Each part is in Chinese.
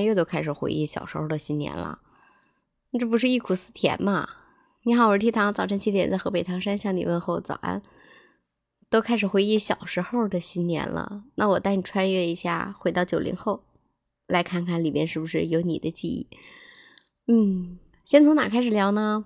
年又都开始回忆小时候的新年了，这不是忆苦思甜吗？你好，我是T糖，早晨7点在河北唐山向你问候早安。都开始回忆小时候的新年了，那我带你穿越一下，回到90后，来看看里面是不是有你的记忆。先从哪开始聊呢？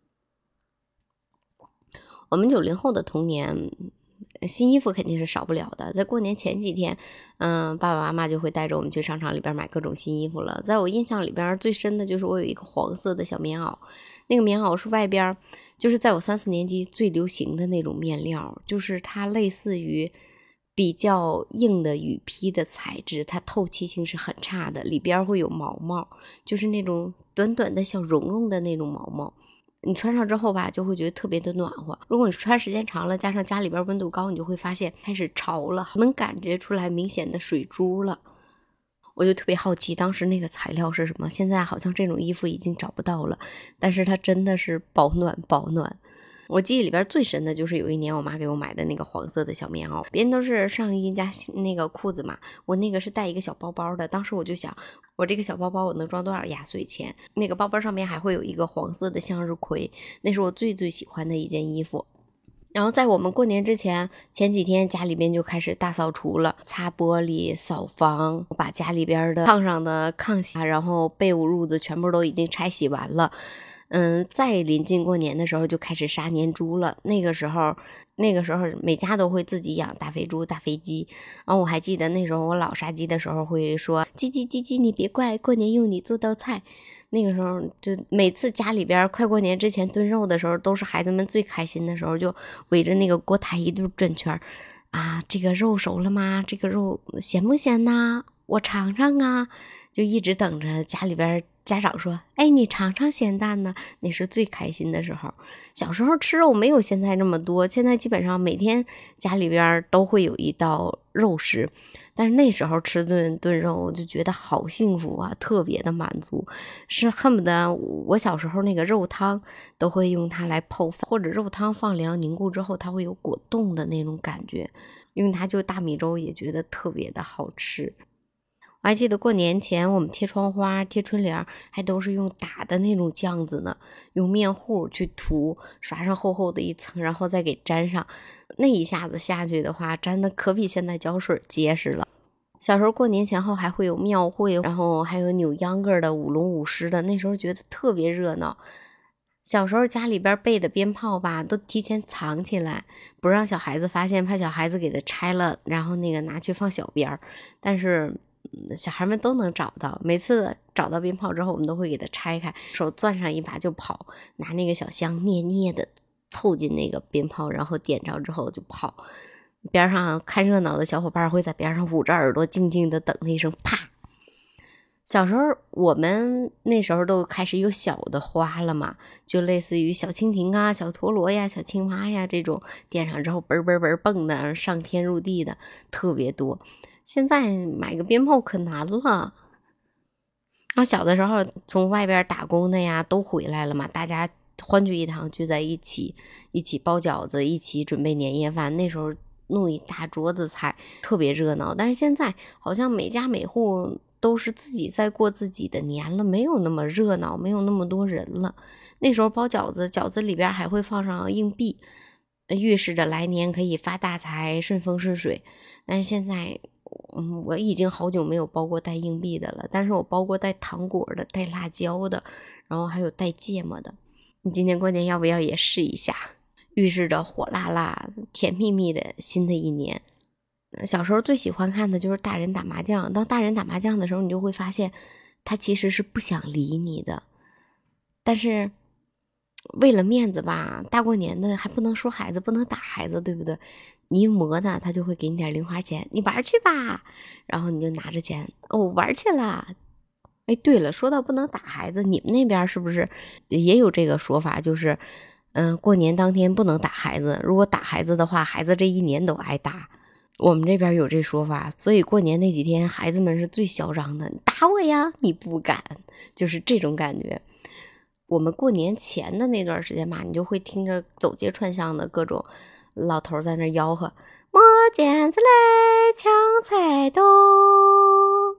我们90后的童年，新衣服肯定是少不了的。在过年前几天，爸爸妈妈就会带着我们去商场里边买各种新衣服了。在我印象里边最深的就是我有一个黄色的小棉袄，那个棉袄是外边就是在我3、4年级最流行的那种面料，就是它类似于比较硬的雨披的材质，它透气性是很差的，里边会有毛毛，就是那种短短的小绒绒的那种毛毛。你穿上之后吧，就会觉得特别的暖和。如果你穿时间长了，加上家里边温度高，你就会发现开始潮了，能感觉出来明显的水珠了。我就特别好奇当时那个材料是什么，现在好像这种衣服已经找不到了，但是它真的是保暖。我记忆里边最深的就是有一年我妈给我买的那个黄色的小棉袄，别人都是上衣加那个裤子嘛，我那个是带一个小包包的。当时我就想，我这个小包包我能装多少压岁钱？那个包包上面还会有一个黄色的向日葵，那是我最喜欢的一件衣服。然后在我们过年之前几天，家里边就开始大扫除了，擦玻璃、扫房，把家里边的炕上的炕席，然后被褥褥子全部都已经拆洗完了。再临近过年的时候就开始杀年猪了。那个时候每家都会自己养大肥猪、大肥鸡。然后我还记得那时候我老杀鸡的时候会说：“鸡鸡鸡鸡，你别怪，过年用你做道菜。”那个时候就每次家里边快过年之前炖肉的时候，都是孩子们最开心的时候，就围着那个锅台一顿转圈啊，这个肉熟了吗？这个肉咸不咸呐？我尝尝啊，就一直等着家里边家长说：“哎，你尝尝咸淡呢。”那是最开心的时候。小时候吃肉没有现在那么多，现在基本上每天家里边都会有一道肉食，但是那时候吃顿肉，我就觉得好幸福啊，特别的满足，是恨不得我小时候那个肉汤都会用它来泡饭，或者肉汤放凉凝固之后，它会有果冻的那种感觉，用它就大米粥也觉得特别的好吃。我还记得过年前我们贴窗花、贴春联还都是用打的那种酱子呢，用面糊去涂，刷上厚厚的一层，然后再给粘上。那一下子下去的话，粘的可比现在胶水结实了。小时候过年前后还会有庙会，然后还有扭秧歌的、舞龙舞狮的，那时候觉得特别热闹。小时候家里边备的鞭炮吧，都提前藏起来，不让小孩子发现，怕小孩子给它拆了，然后那个拿去放小鞭儿。但是小孩们都能找到，每次找到鞭炮之后，我们都会给它拆开，手攥上一把就跑，拿那个小香捏的凑近那个鞭炮，然后点着之后就跑。边上看热闹的小伙伴会在边上捂着耳朵静静的等那一声啪。小时候我们那时候都开始有小的花了嘛，就类似于小蜻蜓啊、小陀螺呀、小青蛙呀，这种点上之后嘣嘣嘣蹦的上天入地的特别多。现在买个鞭炮可难了。小的时候从外边打工的呀都回来了嘛，大家欢聚一堂，聚在一起包饺子，一起准备年夜饭。那时候弄一大桌子菜特别热闹，但是现在好像每家每户都是自己在过自己的年了，没有那么热闹，没有那么多人了。那时候包饺子，饺子里边还会放上硬币，预示着来年可以发大财、顺风顺水。但是现在我已经好久没有包过带硬币的了，但是我包过带糖果的、带辣椒的，然后还有带芥末的。你今年过年要不要也试一下？预示着火辣辣、甜蜜蜜的新的一年。小时候最喜欢看的就是大人打麻将，当大人打麻将的时候，你就会发现他其实是不想理你的，但是为了面子吧，大过年的还不能说孩子，不能打孩子，对不对？你一磨呢，他就会给你点零花钱，你玩去吧，然后你就拿着钱玩去了。哎，对了，说到不能打孩子，你们那边是不是也有这个说法，就是过年当天不能打孩子，如果打孩子的话，孩子这一年都挨打。我们这边有这说法，所以过年那几天孩子们是最嚣张的，打我呀，你不敢，就是这种感觉。我们过年前的那段时间吧，你就会听着走街串巷的各种老头在那吆喝，磨剪子嘞，抢菜刀，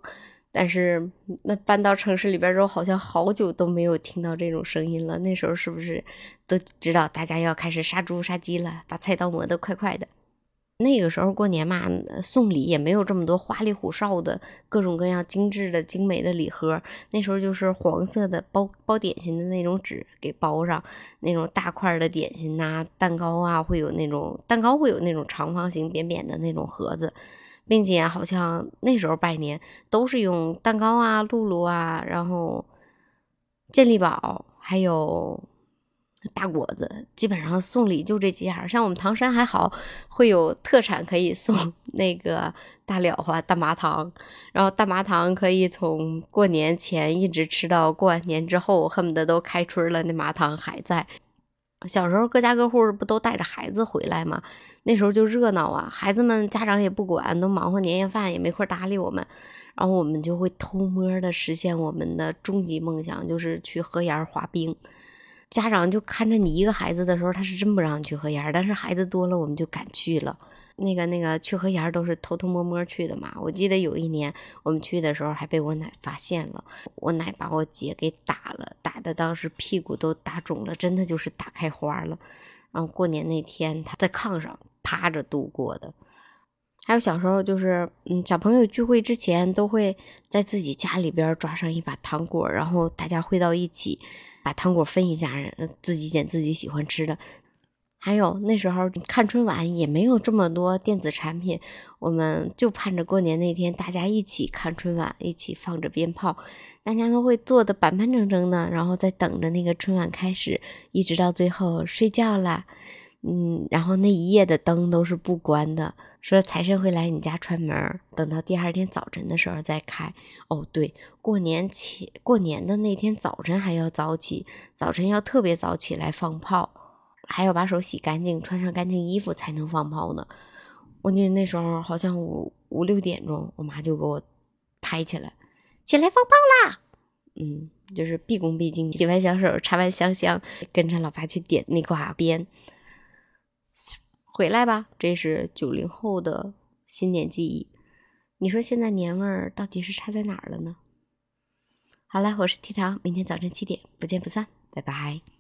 但是那搬到城市里边之后，好像好久都没有听到这种声音了。那时候是不是都知道大家要开始杀猪杀鸡了，把菜刀磨得快快的？那个时候过年嘛，送礼也没有这么多花里胡哨的各种各样精致的精美的礼盒。那时候就是黄色的包点心的那种纸给包上，那种大块的点心呐、蛋糕啊，会有那种长方形扁扁的那种盒子，并且好像那时候拜年都是用蛋糕啊、露露啊，然后健力宝还有大果子，基本上送礼就这几样。像我们唐山还好，会有特产可以送那个大了花、大麻糖，然后大麻糖可以从过年前一直吃到过完年之后，恨不得都开春了，那麻糖还在。小时候各家各户不都带着孩子回来吗？那时候就热闹啊，孩子们家长也不管，都忙活年夜饭，也没空搭理我们，然后我们就会偷摸的实现我们的终极梦想，就是去河沿滑冰。家长就看着你一个孩子的时候，他是真不让你去河沿，但是孩子多了，我们就敢去了。那个去河沿都是偷偷摸摸去的嘛。我记得有一年我们去的时候，还被我奶发现了，我奶把我姐给打了，打的当时屁股都打肿了，真的就是打开花了。然后过年那天，她在炕上趴着度过的。还有小时候就是，小朋友聚会之前都会在自己家里边抓上一把糖果，然后大家汇到一起，把糖果分一下，自己捡自己喜欢吃的。还有那时候看春晚也没有这么多电子产品，我们就盼着过年那天大家一起看春晚，一起放着鞭炮，大家都会坐得板板正正的，然后再等着那个春晚开始，一直到最后睡觉啦。然后那一夜的灯都是不关的，说财神会来你家串门，等到第二天早晨的时候再开。哦，对，过年的那天早晨还要早起，早晨要特别早起来放炮，还要把手洗干净，穿上干净衣服才能放炮呢。我记得那时候好像五六点钟，我妈就给我拍起来，起来放炮啦！就是毕恭毕敬，提完小手，插完香香，跟着老爸去点那挂鞭。回来吧，这是90后的新年记忆。你说现在年味儿到底是差在哪儿了呢？好了，我是T糖，明天早晨7点不见不散，拜拜。